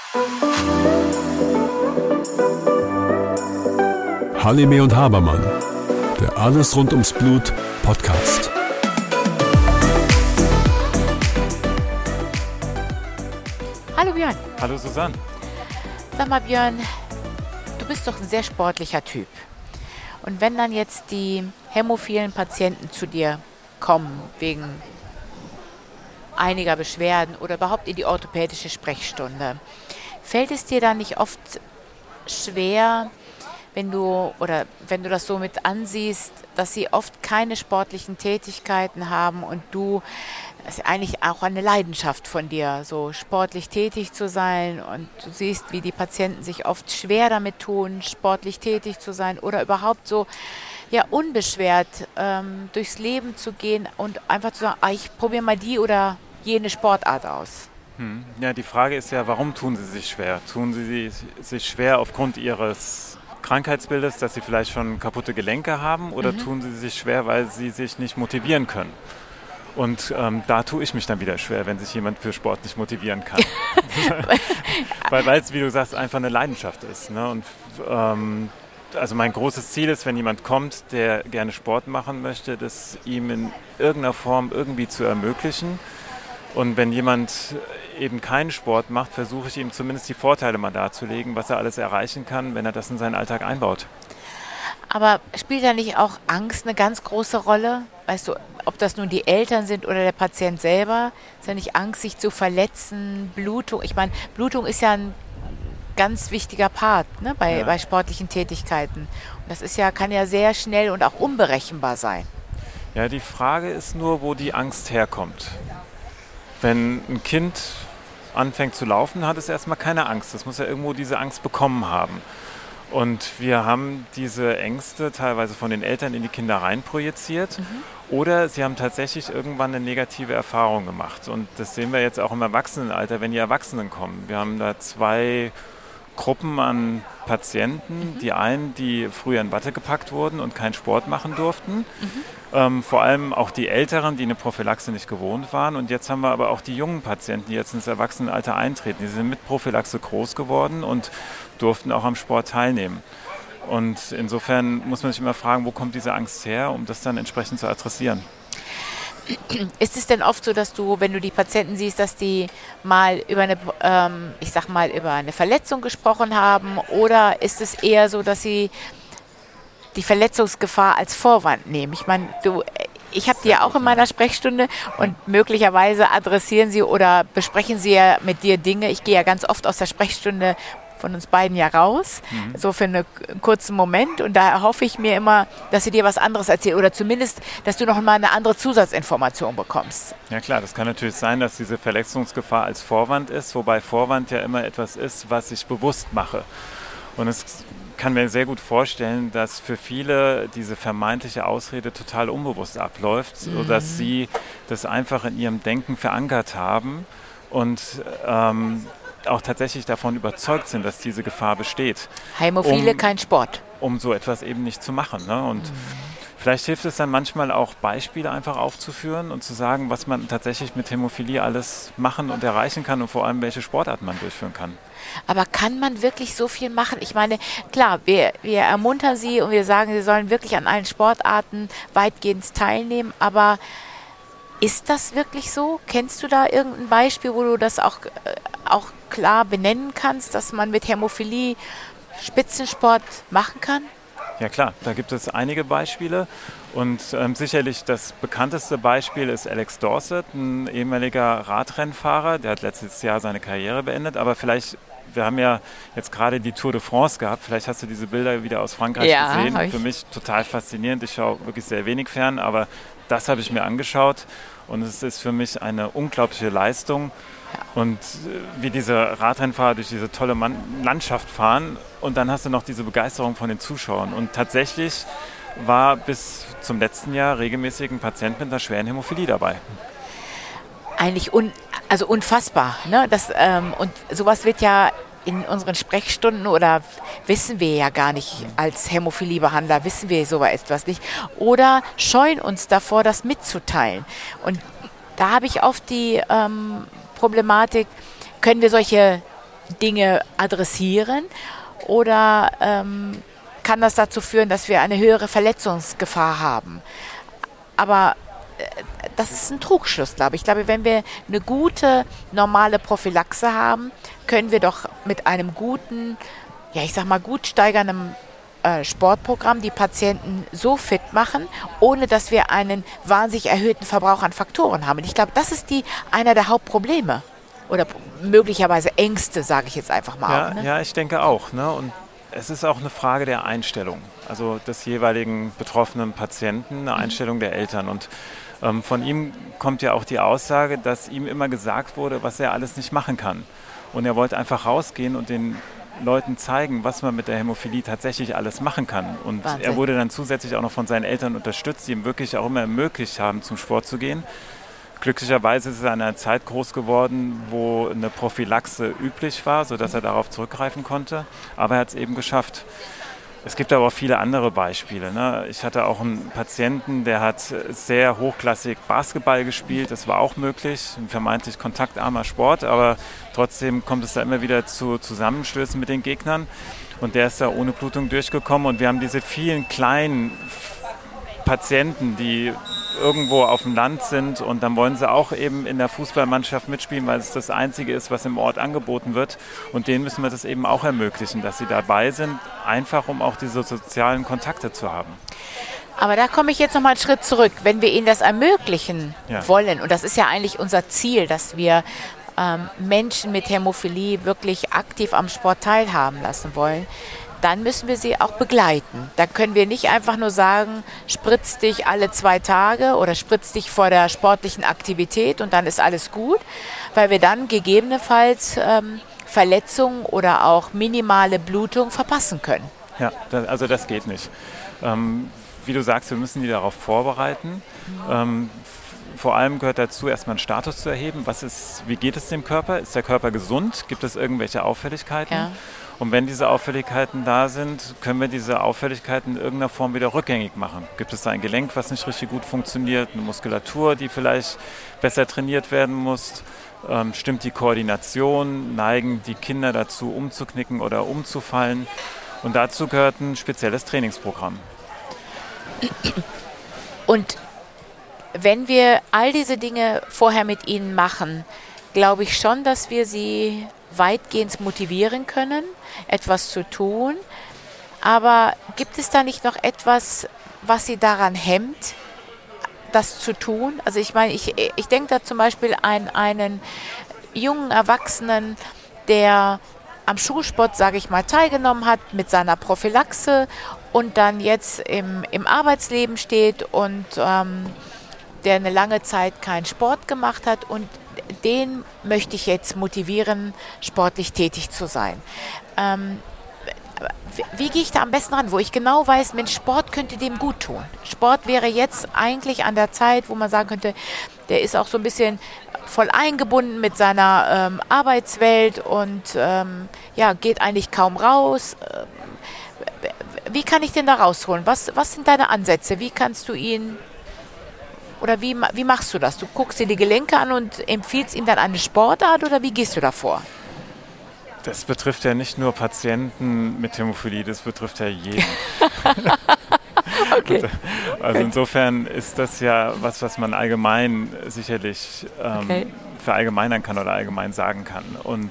Halime und Habermann, der Alles rund ums Blut Podcast. Hallo Björn. Hallo Susanne. Sag mal Björn, du bist doch ein sehr sportlicher Typ. Und wenn dann jetzt die hämophilen Patienten zu dir kommen wegen einiger Beschwerden oder überhaupt in die orthopädische Sprechstunde, fällt es dir dann nicht oft schwer, wenn du das so mit ansiehst, dass sie oft keine sportlichen Tätigkeiten haben und das ist eigentlich auch eine Leidenschaft von dir, so sportlich tätig zu sein, und du siehst, wie die Patienten sich oft schwer damit tun, sportlich tätig zu sein oder überhaupt so unbeschwert durchs Leben zu gehen und einfach zu sagen, ich probiere mal die oder jene Sportart aus. Ja, die Frage ist ja, warum tun sie sich schwer? Tun sie sich schwer aufgrund ihres Krankheitsbildes, dass sie vielleicht schon kaputte Gelenke haben, oder tun sie sich schwer, weil sie sich nicht motivieren können? Und da tue ich mich dann wieder schwer, wenn sich jemand für Sport nicht motivieren kann. weil es, wie du sagst, einfach eine Leidenschaft ist. Ne? Und also mein großes Ziel ist, wenn jemand kommt, der gerne Sport machen möchte, das ihm in irgendeiner Form irgendwie zu ermöglichen. Und wenn jemand eben keinen Sport macht, versuche ich ihm zumindest die Vorteile mal darzulegen, was er alles erreichen kann, wenn er das in seinen Alltag einbaut. Aber spielt da nicht auch Angst eine ganz große Rolle? Weißt du, ob das nun die Eltern sind oder der Patient selber? Ist ja nicht Angst, sich zu verletzen, Blutung? Ich meine, Blutung ist ja ein ganz wichtiger Part, ne, bei sportlichen Tätigkeiten. Und das kann ja sehr schnell und auch unberechenbar sein. Ja, die Frage ist nur, wo die Angst herkommt. Wenn ein Kind anfängt zu laufen, hat es erstmal keine Angst. Es muss ja irgendwo diese Angst bekommen haben. Und wir haben diese Ängste teilweise von den Eltern in die Kinder rein projiziert. Oder sie haben tatsächlich irgendwann eine negative Erfahrung gemacht. Und das sehen wir jetzt auch im Erwachsenenalter, wenn die Erwachsenen kommen. Wir haben da zwei Gruppen an Patienten. Die einen, die früher in Watte gepackt wurden und keinen Sport machen durften. Vor allem auch die Älteren, die eine Prophylaxe nicht gewohnt waren. Und jetzt haben wir aber auch die jungen Patienten, die jetzt ins Erwachsenenalter eintreten. Die sind mit Prophylaxe groß geworden und durften auch am Sport teilnehmen. Und insofern muss man sich immer fragen, wo kommt diese Angst her, um das dann entsprechend zu adressieren. Ist es denn oft so, dass du, wenn du die Patienten siehst, dass die mal über über eine Verletzung gesprochen haben, oder ist es eher so, dass sie die Verletzungsgefahr als Vorwand nehmen? Ich meine, ich habe die ja auch in meiner Sprechstunde, und möglicherweise adressieren sie oder besprechen sie ja mit dir Dinge. Ich gehe ja ganz oft aus der Sprechstunde von uns beiden ja raus, so für einen kurzen Moment, und da erhoffe ich mir immer, dass sie dir was anderes erzählen oder zumindest, dass du noch mal eine andere Zusatzinformation bekommst. Ja klar, das kann natürlich sein, dass diese Verletzungsgefahr als Vorwand ist, wobei Vorwand ja immer etwas ist, was ich bewusst mache. Und es kann mir sehr gut vorstellen, dass für viele diese vermeintliche Ausrede total unbewusst abläuft, sodass sie das einfach in ihrem Denken verankert haben und auch tatsächlich davon überzeugt sind, dass diese Gefahr besteht. Hämophile, kein Sport. Um so etwas eben nicht zu machen. Ne? Und vielleicht hilft es dann manchmal auch, Beispiele einfach aufzuführen und zu sagen, was man tatsächlich mit Hämophilie alles machen und erreichen kann und vor allem, welche Sportarten man durchführen kann. Aber kann man wirklich so viel machen? Ich meine, klar, wir ermuntern sie und wir sagen, sie sollen wirklich an allen Sportarten weitgehend teilnehmen, aber ist das wirklich so? Kennst du da irgendein Beispiel, wo du das auch klar benennen kannst, dass man mit Hämophilie Spitzensport machen kann? Ja klar, da gibt es einige Beispiele, und sicherlich das bekannteste Beispiel ist Alex Dorset, ein ehemaliger Radrennfahrer, der hat letztes Jahr seine Karriere beendet, aber wir haben ja jetzt gerade die Tour de France gehabt, vielleicht hast du diese Bilder wieder aus Frankreich gesehen, für mich total faszinierend, ich schaue wirklich sehr wenig fern, aber das habe ich mir angeschaut und es ist für mich eine unglaubliche Leistung. Und wie diese Radrennfahrer durch diese tolle Landschaft fahren, und dann hast du noch diese Begeisterung von den Zuschauern. Und tatsächlich war bis zum letzten Jahr regelmäßig ein Patient mit einer schweren Hämophilie dabei. Eigentlich unfassbar. Ne? Und sowas wird ja in unseren Sprechstunden, oder wissen wir ja gar nicht, als Hämophiliebehandler wissen wir so etwas nicht, oder scheuen uns davor, das mitzuteilen. Und da habe ich oft die Problematik, können wir solche Dinge adressieren oder kann das dazu führen, dass wir eine höhere Verletzungsgefahr haben? Aber das ist ein Trugschluss, glaube ich. Ich glaube, wenn wir eine gute, normale Prophylaxe haben, können wir doch mit einem guten, ja, ich sag mal, gut steigernden Sportprogramm die Patienten so fit machen, ohne dass wir einen wahnsinnig erhöhten Verbrauch an Faktoren haben. Und ich glaube, das ist einer der Hauptprobleme oder möglicherweise Ängste, sage ich jetzt einfach mal. Ja, auch, ne? ja, ich denke auch. Ne? Und es ist auch eine Frage der Einstellung, also des jeweiligen betroffenen Patienten, eine Einstellung der Eltern. Und von ihm kommt ja auch die Aussage, dass ihm immer gesagt wurde, was er alles nicht machen kann. Und er wollte einfach rausgehen und den Leuten zeigen, was man mit der Hämophilie tatsächlich alles machen kann. Und Wahnsinn. Er wurde dann zusätzlich auch noch von seinen Eltern unterstützt, die ihm wirklich auch immer ermöglicht haben, zum Sport zu gehen. Glücklicherweise ist er in einer Zeit groß geworden, wo eine Prophylaxe üblich war, sodass er darauf zurückgreifen konnte. Aber er hat es eben geschafft. Es gibt aber auch viele andere Beispiele. Ne? Ich hatte auch einen Patienten, der hat sehr hochklassig Basketball gespielt. Das war auch möglich, ein vermeintlich kontaktarmer Sport, aber trotzdem kommt es da immer wieder zu Zusammenstößen mit den Gegnern. Und der ist da ohne Blutung durchgekommen. Und wir haben diese vielen kleinen Patienten, die irgendwo auf dem Land sind und dann wollen sie auch eben in der Fußballmannschaft mitspielen, weil es das Einzige ist, was im Ort angeboten wird. Und denen müssen wir das eben auch ermöglichen, dass sie dabei sind, einfach um auch diese sozialen Kontakte zu haben. Aber da komme ich jetzt noch mal einen Schritt zurück. Wenn wir ihnen das ermöglichen wollen, und das ist ja eigentlich unser Ziel, dass wir Menschen mit Hämophilie wirklich aktiv am Sport teilhaben lassen wollen, dann müssen wir sie auch begleiten. Da können wir nicht einfach nur sagen, spritz dich alle 2 Tage oder spritz dich vor der sportlichen Aktivität und dann ist alles gut, weil wir dann gegebenenfalls Verletzungen oder auch minimale Blutung verpassen können. Ja, also das geht nicht. Wie du sagst, wir müssen die darauf vorbereiten. Vor allem gehört dazu, erstmal einen Status zu erheben. Wie geht es dem Körper? Ist der Körper gesund? Gibt es irgendwelche Auffälligkeiten? Ja. Und wenn diese Auffälligkeiten da sind, können wir diese Auffälligkeiten in irgendeiner Form wieder rückgängig machen. Gibt es da ein Gelenk, was nicht richtig gut funktioniert, eine Muskulatur, die vielleicht besser trainiert werden muss? Stimmt die Koordination? Neigen die Kinder dazu, umzuknicken oder umzufallen? Und dazu gehört ein spezielles Trainingsprogramm. Und wenn wir all diese Dinge vorher mit ihnen machen, glaube ich schon, dass wir sie weitgehend motivieren können, etwas zu tun. Aber gibt es da nicht noch etwas, was sie daran hemmt, das zu tun? Also ich meine, ich denke da zum Beispiel an einen jungen Erwachsenen, der am Schulsport, sage ich mal, teilgenommen hat mit seiner Prophylaxe und dann jetzt im Arbeitsleben steht und der eine lange Zeit keinen Sport gemacht hat und den möchte ich jetzt motivieren, sportlich tätig zu sein. Wie gehe ich da am besten ran, wo ich genau weiß, Mensch, Sport könnte dem gut tun. Sport wäre jetzt eigentlich an der Zeit, wo man sagen könnte, der ist auch so ein bisschen voll eingebunden mit seiner Arbeitswelt und geht eigentlich kaum raus. Wie kann ich den da rausholen? Was sind deine Ansätze? Wie kannst du ihn... Oder wie machst du das? Du guckst dir die Gelenke an und empfiehlst ihm dann eine Sportart oder wie gehst du da vor? Das betrifft ja nicht nur Patienten mit Hämophilie, das betrifft ja jeden. Okay. Also insofern ist das ja was man allgemein sicherlich verallgemeinern kann oder allgemein sagen kann. Und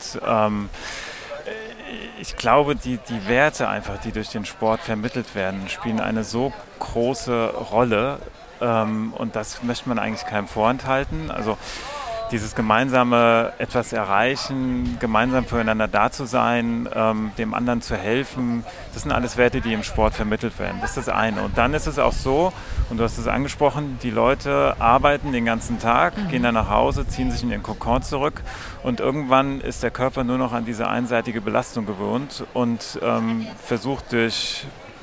ich glaube, die Werte einfach, die durch den Sport vermittelt werden, spielen eine so große Rolle. Und das möchte man eigentlich keinem vorenthalten. Also dieses gemeinsame etwas erreichen, gemeinsam füreinander da zu sein, dem anderen zu helfen, das sind alles Werte, die im Sport vermittelt werden. Das ist das eine. Und dann ist es auch so, und du hast es angesprochen, die Leute arbeiten den ganzen Tag, gehen dann nach Hause, ziehen sich in ihren Kokon zurück und irgendwann ist der Körper nur noch an diese einseitige Belastung gewöhnt und versucht durch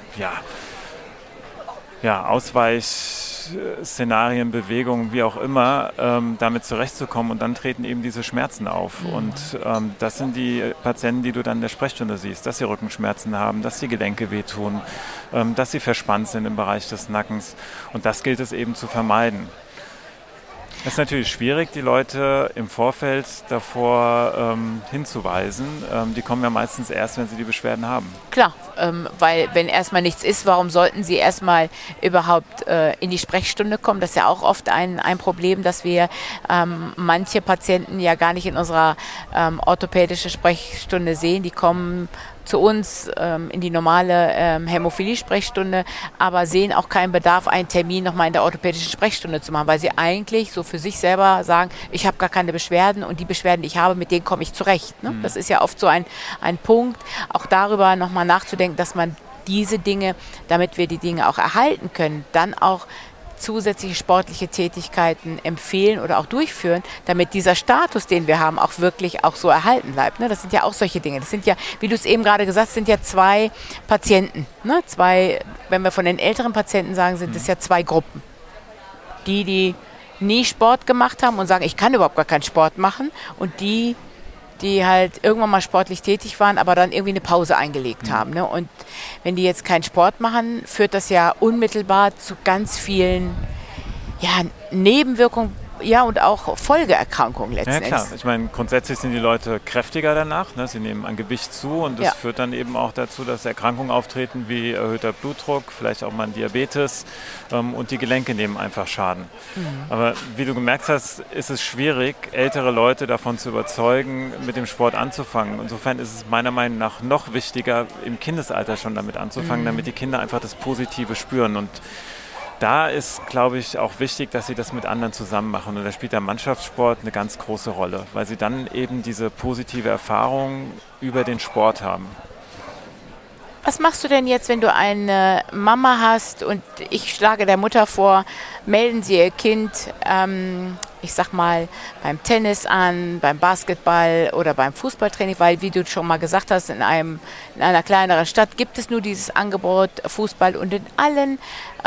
Ausweichszenarien, Bewegungen, wie auch immer, damit zurechtzukommen und dann treten eben diese Schmerzen auf. Und das sind die Patienten, die du dann in der Sprechstunde siehst, dass sie Rückenschmerzen haben, dass die Gelenke wehtun, dass sie verspannt sind im Bereich des Nackens und das gilt es eben zu vermeiden. Es ist natürlich schwierig, die Leute im Vorfeld davor hinzuweisen. Die kommen ja meistens erst, wenn sie die Beschwerden haben. Klar, weil wenn erstmal nichts ist, warum sollten sie erstmal überhaupt in die Sprechstunde kommen? Das ist ja auch oft ein Problem, dass wir manche Patienten ja gar nicht in unserer orthopädischen Sprechstunde sehen. Die kommen zu uns in die normale Hämophilie-Sprechstunde, aber sehen auch keinen Bedarf, einen Termin nochmal in der orthopädischen Sprechstunde zu machen, weil sie eigentlich so für sich selber sagen, ich habe gar keine Beschwerden und die Beschwerden, die ich habe, mit denen komme ich zurecht. Ne? Das ist ja oft so ein Punkt, auch darüber nochmal nachzudenken, dass man diese Dinge, damit wir die Dinge auch erhalten können, dann auch zusätzliche sportliche Tätigkeiten empfehlen oder auch durchführen, damit dieser Status, den wir haben, auch wirklich auch so erhalten bleibt. Ne? Das sind ja auch solche Dinge. Das sind ja, wie du es eben gerade gesagt hast, sind ja zwei Patienten. Ne? Wenn wir von den älteren Patienten sagen, sind es ja zwei Gruppen. Die nie Sport gemacht haben und sagen, ich kann überhaupt gar keinen Sport machen, und die halt irgendwann mal sportlich tätig waren, aber dann irgendwie eine Pause eingelegt haben. Ne? Und wenn die jetzt keinen Sport machen, führt das ja unmittelbar zu ganz vielen Nebenwirkungen, und auch Folgeerkrankungen letztendlich. Ja klar, ich meine, grundsätzlich sind die Leute kräftiger danach, ne? Sie nehmen an Gewicht zu, und das führt dann eben auch dazu, dass Erkrankungen auftreten wie erhöhter Blutdruck, vielleicht auch mal ein Diabetes, und die Gelenke nehmen einfach Schaden. Aber wie du gemerkt hast, ist es schwierig, ältere Leute davon zu überzeugen, mit dem Sport anzufangen. Insofern ist es meiner Meinung nach noch wichtiger, im Kindesalter schon damit anzufangen, damit die Kinder einfach das Positive spüren. Und da ist, glaube ich, auch wichtig, dass sie das mit anderen zusammen machen. Und da spielt der Mannschaftssport eine ganz große Rolle, weil sie dann eben diese positive Erfahrung über den Sport haben. Was machst du denn jetzt, wenn du eine Mama hast und ich schlage der Mutter vor, melden Sie Ihr Kind, ich sag mal, beim Tennis an, beim Basketball oder beim Fußballtraining, weil, wie du schon mal gesagt hast, in einer kleineren Stadt gibt es nur dieses Angebot Fußball, und in allen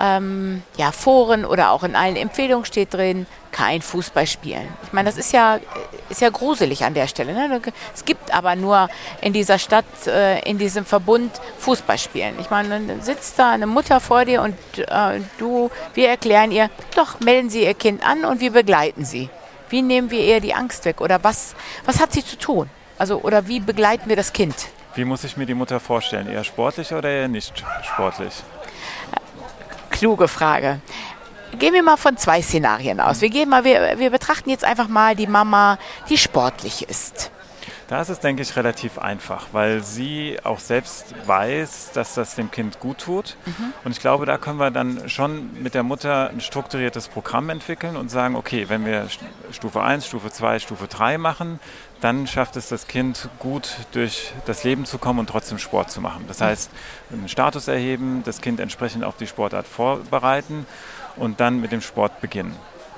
Foren oder auch in allen Empfehlungen steht drin, kein Fußball spielen. Ich meine, das ist ja gruselig an der Stelle. Ne? Es gibt aber nur in dieser Stadt, in diesem Verbund Fußball spielen. Ich meine, dann sitzt da eine Mutter vor dir und wir erklären ihr, doch, melden Sie Ihr Kind an und wir begleiten Sie. Wie nehmen wir ihr die Angst weg? Oder was hat sie zu tun? Also, oder wie begleiten wir das Kind? Wie muss ich mir die Mutter vorstellen? Eher sportlich oder eher nicht sportlich? Kluge Frage. Gehen wir mal von zwei Szenarien aus. Wir betrachten jetzt einfach mal die Mama, die sportlich ist. Da ist es, denke ich, relativ einfach, weil sie auch selbst weiß, dass das dem Kind gut tut. Und ich glaube, da können wir dann schon mit der Mutter ein strukturiertes Programm entwickeln und sagen, okay, wenn wir Stufe 1, Stufe 2, Stufe 3 machen, dann schafft es das Kind gut durch das Leben zu kommen und trotzdem Sport zu machen. Das heißt, einen Status erheben, das Kind entsprechend auf die Sportart vorbereiten und dann mit dem Sport beginnen.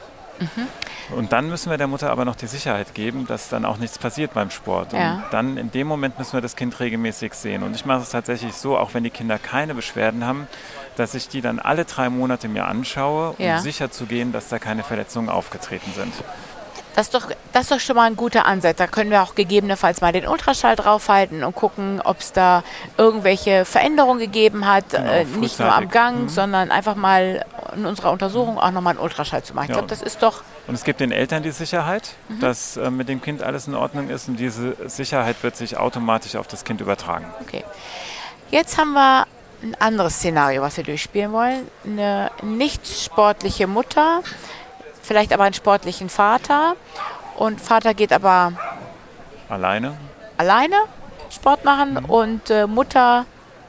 Und dann müssen wir der Mutter aber noch die Sicherheit geben, dass dann auch nichts passiert beim Sport. Und dann in dem Moment müssen wir das Kind regelmäßig sehen. Und ich mache es tatsächlich so, auch wenn die Kinder keine Beschwerden haben, dass ich die dann alle 3 Monate mir anschaue, um sicher zu gehen, dass da keine Verletzungen aufgetreten sind. Das ist doch schon mal ein guter Ansatz. Da können wir auch gegebenenfalls mal den Ultraschall draufhalten und gucken, ob es da irgendwelche Veränderungen gegeben hat. Genau, nicht nur am Gang, sondern einfach mal in unserer Untersuchung auch nochmal einen Ultraschall zu machen. Ich glaube, das ist doch... Und es gibt den Eltern die Sicherheit, dass mit dem Kind alles in Ordnung ist, und diese Sicherheit wird sich automatisch auf das Kind übertragen. Okay. Jetzt haben wir ein anderes Szenario, was wir durchspielen wollen. Eine nicht sportliche Mutter, vielleicht aber einen sportlichen Vater, und Vater geht aber alleine Sport machen, und Mutter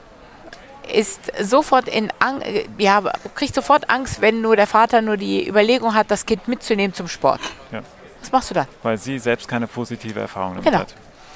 ist sofort kriegt sofort Angst, wenn nur der Vater nur die Überlegung hat, das Kind mitzunehmen zum Sport. Ja. Was machst du dann? Weil sie selbst keine positive Erfahrung damit hat.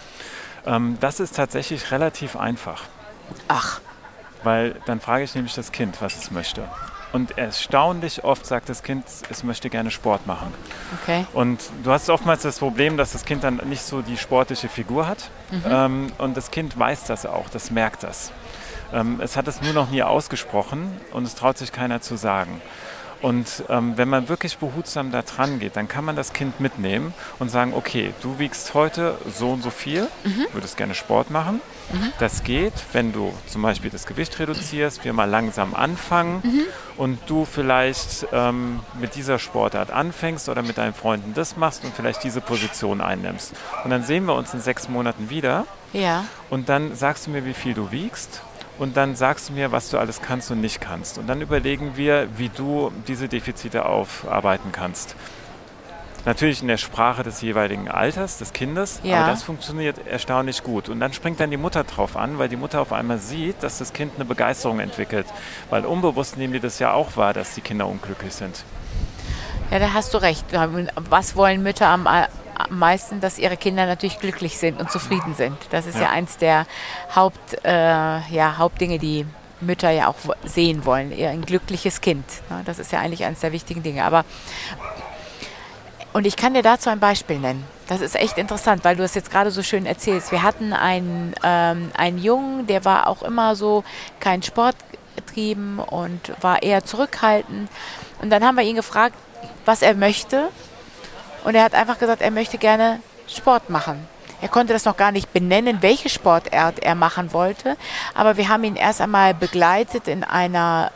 Das ist tatsächlich relativ einfach. Ach. Weil dann frage ich nämlich das Kind, was es möchte. Und erstaunlich oft sagt das Kind, es möchte gerne Sport machen. Okay. Und du hast oftmals das Problem, dass das Kind dann nicht so die sportliche Figur hat. Und das Kind weiß das auch, das merkt das. Es hat es nur noch nie ausgesprochen und es traut sich keiner zu sagen. Und wenn man wirklich behutsam da dran geht, dann kann man das Kind mitnehmen und sagen, okay, du wiegst heute so und so viel, würdest gerne Sport machen. Das geht, wenn du zum Beispiel das Gewicht reduzierst, wir mal langsam anfangen und du vielleicht mit dieser Sportart anfängst oder mit deinen Freunden das machst und vielleicht diese Position einnimmst. Und dann sehen wir uns in 6 Monaten wieder und dann sagst du mir, wie viel du wiegst. Und dann sagst du mir, was du alles kannst und nicht kannst. Und dann überlegen wir, wie du diese Defizite aufarbeiten kannst. Natürlich in der Sprache des jeweiligen Alters, des Kindes, aber das funktioniert erstaunlich gut. Und dann springt dann die Mutter drauf an, weil die Mutter auf einmal sieht, dass das Kind eine Begeisterung entwickelt. Weil unbewusst nehmen die das ja auch wahr, dass die Kinder unglücklich sind. Ja, da hast du recht. Was wollen Mütter am meisten, dass ihre Kinder natürlich glücklich sind und zufrieden sind. Das ist ja eins der Hauptdinge, die Mütter ja auch sehen wollen. Ein glückliches Kind. Das ist ja eigentlich eines der wichtigen Dinge. Und ich kann dir dazu ein Beispiel nennen. Das ist echt interessant, weil du es jetzt gerade so schön erzählst. Wir hatten einen Jungen, der war auch immer so kein Sport getrieben und war eher zurückhaltend. Und dann haben wir ihn gefragt, was er möchte. Und er hat einfach gesagt, er möchte gerne Sport machen. Er konnte das noch gar nicht benennen, welche Sportart er machen wollte. Aber wir haben ihn erst einmal begleitet in einer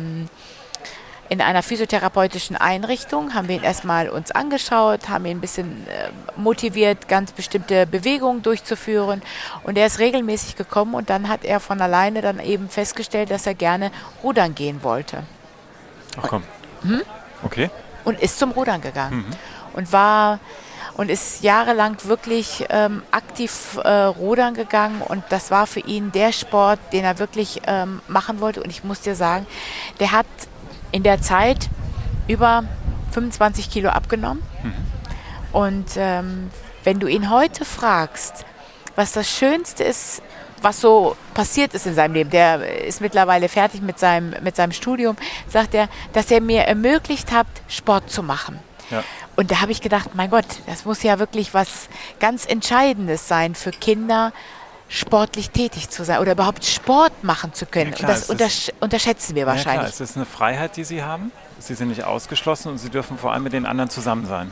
physiotherapeutischen Einrichtung, haben wir ihn erstmal uns angeschaut, haben ihn ein bisschen motiviert, ganz bestimmte Bewegungen durchzuführen. Und er ist regelmäßig gekommen und dann hat er von alleine dann eben festgestellt, dass er gerne rudern gehen wollte. Ach komm. Okay. Und ist zum Rudern gegangen. Und ist jahrelang wirklich aktiv rudern gegangen und das war für ihn der Sport, den er wirklich machen wollte. Und ich muss dir sagen, der hat in der Zeit über 25 Kilo abgenommen. Und wenn du ihn heute fragst, was das Schönste ist, was so passiert ist in seinem Leben, der ist mittlerweile fertig mit seinem Studium, sagt er, dass er mir ermöglicht hat, Sport zu machen. Ja. Und da habe ich gedacht, mein Gott, das muss ja wirklich was ganz Entscheidendes sein für Kinder, sportlich tätig zu sein oder überhaupt Sport machen zu können. Ja, klar, und das unterschätzen wir wahrscheinlich. Ja, klar, es ist eine Freiheit, die sie haben. Sie sind nicht ausgeschlossen und sie dürfen vor allem mit den anderen zusammen sein.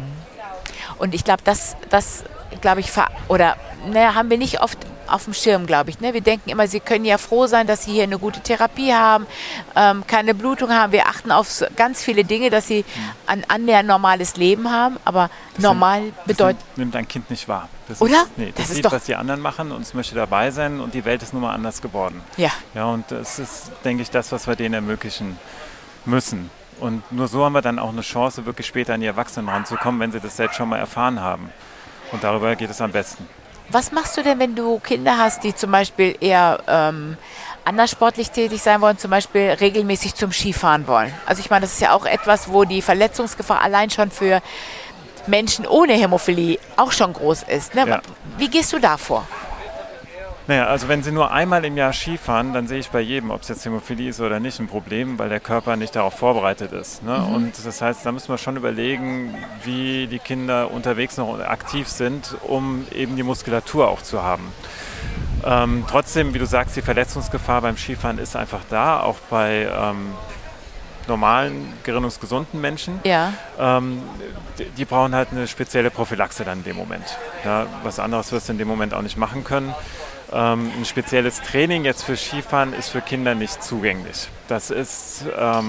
Und ich glaube, das glaube ich, haben wir nicht oft auf dem Schirm, glaube ich. Ne? Wir denken immer, sie können ja froh sein, dass sie hier eine gute Therapie haben, keine Blutung haben. Wir achten auf ganz viele Dinge, dass sie ein annähernd normales Leben haben. Aber normal bedeutet... Das nimmt ein Kind nicht wahr. Oder? Das sieht, was die anderen machen und es möchte dabei sein und die Welt ist nun mal anders geworden. Ja. Ja, und das ist, denke ich, das, was wir denen ermöglichen müssen. Und nur so haben wir dann auch eine Chance, wirklich später an die Erwachsenen ranzukommen, wenn sie das selbst schon mal erfahren haben. Und darüber geht es am besten. Was machst du denn, wenn du Kinder hast, die zum Beispiel eher anders sportlich tätig sein wollen, zum Beispiel regelmäßig zum Skifahren wollen? Also ich meine, das ist ja auch etwas, wo die Verletzungsgefahr allein schon für Menschen ohne Hämophilie auch schon groß ist. Ne? Ja. Wie gehst du da vor? Naja, also wenn sie nur einmal im Jahr Skifahren, dann sehe ich bei jedem, ob es jetzt Hämophilie ist oder nicht, ein Problem, weil der Körper nicht darauf vorbereitet ist. Ne? Und das heißt, da müssen wir schon überlegen, wie die Kinder unterwegs noch aktiv sind, um eben die Muskulatur auch zu haben. Trotzdem, wie du sagst, die Verletzungsgefahr beim Skifahren ist einfach da, auch bei normalen, gerinnungsgesunden Menschen. Ja. Die brauchen halt eine spezielle Prophylaxe dann in dem Moment. Ja, was anderes wirst du in dem Moment auch nicht machen können. Ein spezielles Training jetzt für Skifahren ist für Kinder nicht zugänglich. Das ist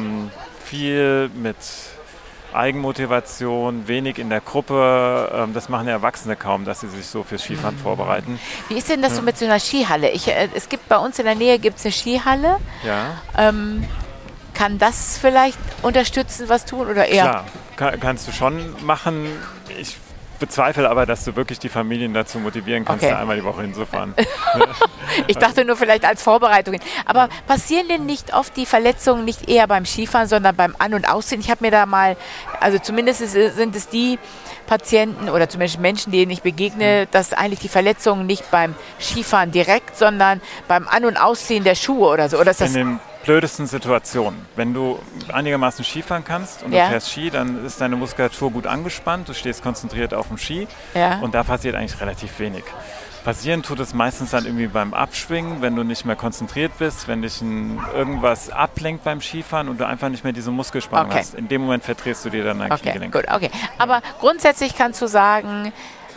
viel mit Eigenmotivation, wenig in der Gruppe. Das machen Erwachsene kaum, dass sie sich so fürs Skifahren vorbereiten. Wie ist denn das so mit so einer Skihalle? Es gibt bei uns in der Nähe eine Skihalle. Ja. Kann das vielleicht unterstützen, was tun oder eher? Klar, kannst du schon machen. Ich bezweifle aber, dass du wirklich die Familien dazu motivieren kannst, da einmal die Woche hinzufahren. Ich dachte nur vielleicht als Vorbereitung. Aber passieren denn nicht oft die Verletzungen nicht eher beim Skifahren, sondern beim An- und Ausziehen? Ich habe mir da mal, also zumindest sind es die Patienten oder zumindest Menschen, denen ich begegne, dass eigentlich die Verletzungen nicht beim Skifahren direkt, sondern beim An- und Ausziehen der Schuhe oder so. Oder ist das in den blödesten Situationen. Wenn du einigermaßen Skifahren kannst und du fährst Ski, dann ist deine Muskulatur gut angespannt, du stehst konzentriert auf dem Ski und da passiert eigentlich relativ wenig. Passieren tut es meistens dann irgendwie beim Abschwingen, wenn du nicht mehr konzentriert bist, wenn dich irgendwas ablenkt beim Skifahren und du einfach nicht mehr diese Muskelspannung hast. In dem Moment verdrehst du dir dann dein Kniegelenk. Gut, okay. Aber grundsätzlich kannst du sagen,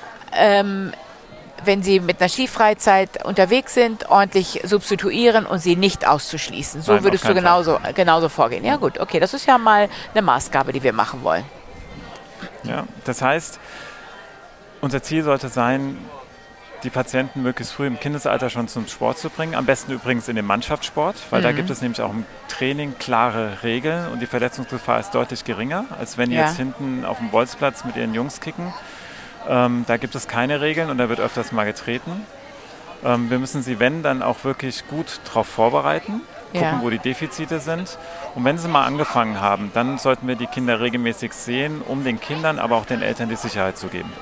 wenn Sie mit einer Skifreizeit unterwegs sind, ordentlich substituieren und sie nicht auszuschließen. So würdest du genauso vorgehen. Ja gut, okay, das ist ja mal eine Maßgabe, die wir machen wollen. Ja, das heißt, unser Ziel sollte sein, die Patienten möglichst früh im Kindesalter schon zum Sport zu bringen. Am besten übrigens in den Mannschaftssport, weil da gibt es nämlich auch im Training klare Regeln und die Verletzungsgefahr ist deutlich geringer, als wenn die jetzt hinten auf dem Bolzplatz mit ihren Jungs kicken. Da gibt es keine Regeln und da wird öfters mal getreten. Wir müssen sie, wenn, dann auch wirklich gut darauf vorbereiten, gucken, wo die Defizite sind. Und wenn sie mal angefangen haben, dann sollten wir die Kinder regelmäßig sehen, um den Kindern, aber auch den Eltern die Sicherheit zu geben.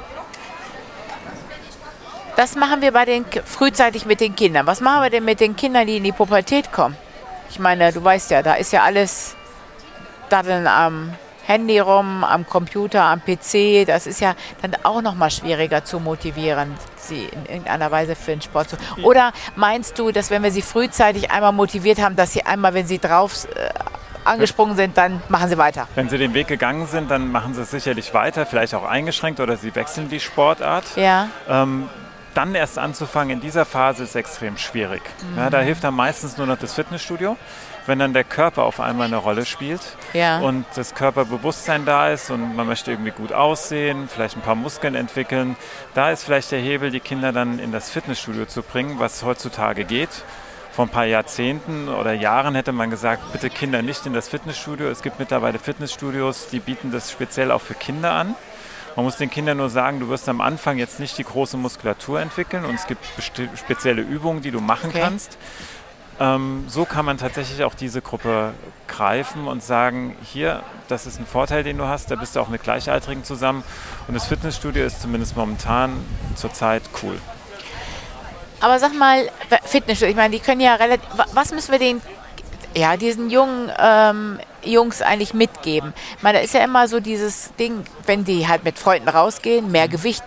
Das machen wir frühzeitig mit den Kindern. Was machen wir denn mit den Kindern, die in die Pubertät kommen? Ich meine, du weißt ja, da ist ja alles daddeln am Handy rum, am Computer, am PC. Das ist ja dann auch noch mal schwieriger zu motivieren, sie in irgendeiner Weise für den Sport zu. Oder meinst du, dass wenn wir sie frühzeitig einmal motiviert haben, dass sie einmal, wenn sie drauf angesprungen sind, dann machen sie weiter? Wenn sie den Weg gegangen sind, dann machen sie es sicherlich weiter, vielleicht auch eingeschränkt oder sie wechseln die Sportart. Ja. Dann erst anzufangen in dieser Phase ist extrem schwierig. Ja, da hilft dann meistens nur noch das Fitnessstudio, wenn dann der Körper auf einmal eine Rolle spielt und das Körperbewusstsein da ist und man möchte irgendwie gut aussehen, vielleicht ein paar Muskeln entwickeln. Da ist vielleicht der Hebel, die Kinder dann in das Fitnessstudio zu bringen, was heutzutage geht. Vor ein paar Jahrzehnten oder Jahren hätte man gesagt, bitte Kinder nicht in das Fitnessstudio. Es gibt mittlerweile Fitnessstudios, die bieten das speziell auch für Kinder an. Man muss den Kindern nur sagen, du wirst am Anfang jetzt nicht die große Muskulatur entwickeln und es gibt spezielle Übungen, die du machen kannst. So kann man tatsächlich auch diese Gruppe greifen und sagen, hier, das ist ein Vorteil, den du hast, da bist du auch mit Gleichaltrigen zusammen und das Fitnessstudio ist zumindest momentan zurzeit cool. Aber sag mal, Fitnessstudio, ich meine, die können ja relativ, was müssen wir diesen jungen Jungs eigentlich mitgeben? Ich meine, da ist ja immer so dieses Ding, wenn die halt mit Freunden rausgehen, mehr Gewicht.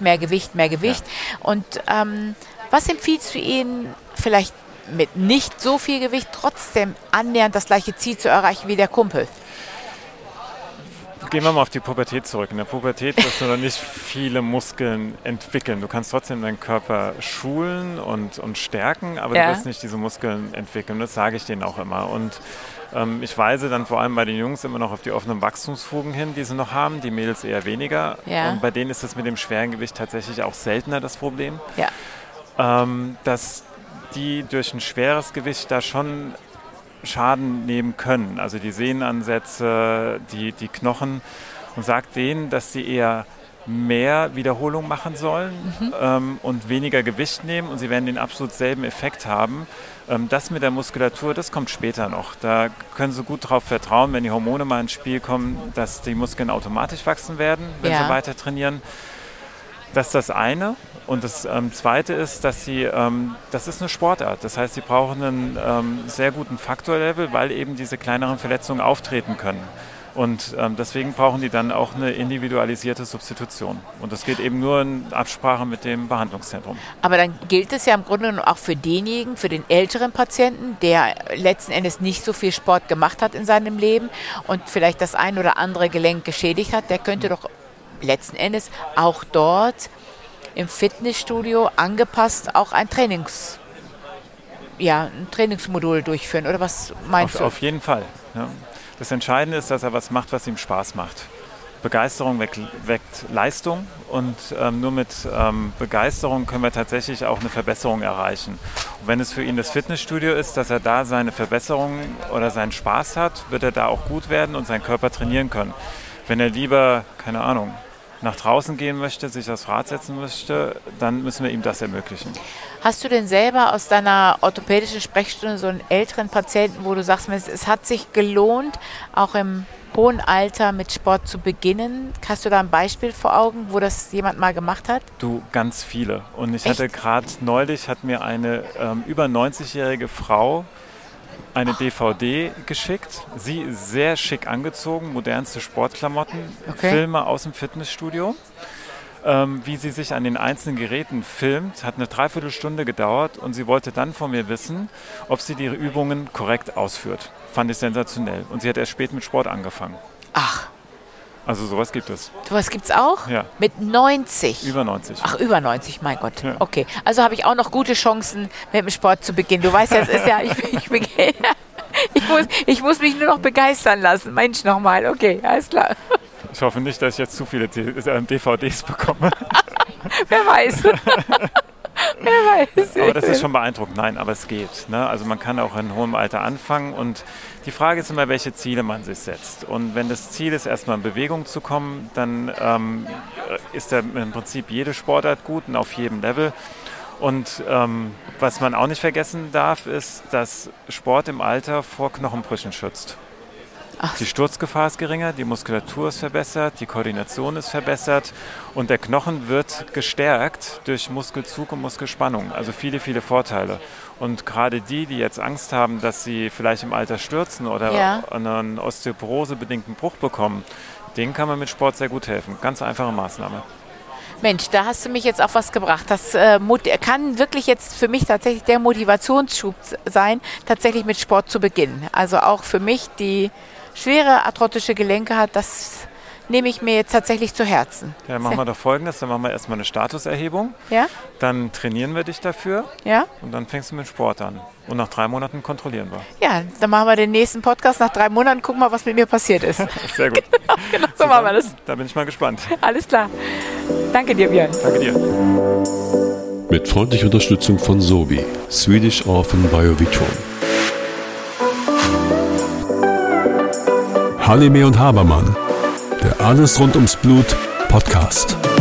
Und was empfiehlst du ihnen vielleicht mit nicht so viel Gewicht trotzdem annähernd das gleiche Ziel zu erreichen wie der Kumpel? Gehen wir mal auf die Pubertät zurück. In der Pubertät wirst du noch nicht viele Muskeln entwickeln. Du kannst trotzdem deinen Körper schulen und stärken, aber du wirst nicht diese Muskeln entwickeln. Das sage ich denen auch immer. Und ich weise dann vor allem bei den Jungs immer noch auf die offenen Wachstumsfugen hin, die sie noch haben, die Mädels eher weniger. Ja. Und bei denen ist das mit dem schweren Gewicht tatsächlich auch seltener das Problem. Ja. Dass die durch ein schweres Gewicht da schon Schaden nehmen können. Also die Sehnenansätze, die Knochen, und sagt denen, dass sie eher mehr Wiederholung machen sollen und weniger Gewicht nehmen und sie werden den absolut selben Effekt haben. Das mit der Muskulatur, das kommt später noch. Da können sie gut darauf vertrauen, wenn die Hormone mal ins Spiel kommen, dass die Muskeln automatisch wachsen werden, wenn sie weiter trainieren. Das ist das eine. Und das Zweite ist, dass das ist eine Sportart. Das heißt, sie brauchen einen sehr guten Faktorlevel, weil eben diese kleineren Verletzungen auftreten können. Und deswegen brauchen die dann auch eine individualisierte Substitution. Und das geht eben nur in Absprache mit dem Behandlungszentrum. Aber dann gilt es ja im Grunde auch für denjenigen, für den älteren Patienten, der letzten Endes nicht so viel Sport gemacht hat in seinem Leben und vielleicht das ein oder andere Gelenk geschädigt hat, der könnte doch letzten Endes auch dort im Fitnessstudio angepasst auch ein Trainingsmodul durchführen. Oder was meinst du? Auf jeden Fall. Ja. Das Entscheidende ist, dass er was macht, was ihm Spaß macht. Begeisterung weckt Leistung und nur mit Begeisterung können wir tatsächlich auch eine Verbesserung erreichen. Und wenn es für ihn das Fitnessstudio ist, dass er da seine Verbesserung oder seinen Spaß hat, wird er da auch gut werden und seinen Körper trainieren können. Wenn er lieber, keine Ahnung, nach draußen gehen möchte, sich aufs Rad setzen möchte, dann müssen wir ihm das ermöglichen. Hast du denn selber aus deiner orthopädischen Sprechstunde so einen älteren Patienten, wo du sagst, es hat sich gelohnt, auch im hohen Alter mit Sport zu beginnen? Hast du da ein Beispiel vor Augen, wo das jemand mal gemacht hat? Du, ganz viele. Und ich hatte gerade neulich, hat mir eine über 90-jährige Frau eine DVD geschickt. Sie sehr schick angezogen, modernste Sportklamotten, Filme aus dem Fitnessstudio. wie sie sich an den einzelnen Geräten filmt. Hat eine Dreiviertelstunde gedauert und sie wollte dann von mir wissen, ob sie die Übungen korrekt ausführt. Fand ich sensationell. Und sie hat erst spät mit Sport angefangen. Ach. Also sowas gibt es. Sowas gibt's auch? Ja. Mit 90? Über 90. Ach, über 90, mein Gott. Ja. Okay, also habe ich auch noch gute Chancen, mit dem Sport zu beginnen. Du weißt ja, es ist ja, ich muss mich nur noch begeistern lassen. Mensch, nochmal. Okay, alles klar. Ich hoffe nicht, dass ich jetzt zu viele DVDs bekomme. Wer weiß. Wer weiß. Aber das ist schon beeindruckend. Nein, aber es geht. Ne? Also man kann auch in hohem Alter anfangen und die Frage ist immer, welche Ziele man sich setzt. Und wenn das Ziel ist, erstmal in Bewegung zu kommen, dann ist da im Prinzip jede Sportart gut und auf jedem Level. Und was man auch nicht vergessen darf, ist, dass Sport im Alter vor Knochenbrüchen schützt. Ach. Die Sturzgefahr ist geringer, die Muskulatur ist verbessert, die Koordination ist verbessert und der Knochen wird gestärkt durch Muskelzug und Muskelspannung. Also viele, viele Vorteile. Und gerade die jetzt Angst haben, dass sie vielleicht im Alter stürzen oder einen osteoporosebedingten Bruch bekommen, denen kann man mit Sport sehr gut helfen. Ganz einfache Maßnahme. Mensch, da hast du mich jetzt auf was gebracht. Das kann wirklich jetzt für mich tatsächlich der Motivationsschub sein, tatsächlich mit Sport zu beginnen. Also auch für mich, die schwere arthrotische Gelenke hat, das nehme ich mir jetzt tatsächlich zu Herzen. Ja, dann machen wir doch Folgendes, dann machen wir erstmal eine Statuserhebung, Ja? dann trainieren wir dich dafür Ja? und dann fängst du mit Sport an. Und nach 3 Monaten kontrollieren wir. Ja, dann machen wir den nächsten Podcast nach 3 Monaten, gucken wir, was mit mir passiert ist. Sehr gut. Genau, so machen wir das. Da bin ich mal gespannt. Alles klar. Danke dir, Björn. Danke dir. Mit freundlicher Unterstützung von Sobi, Swedish Orphan Biovitron. Halime und Habermann, der Alles rund ums Blut Podcast.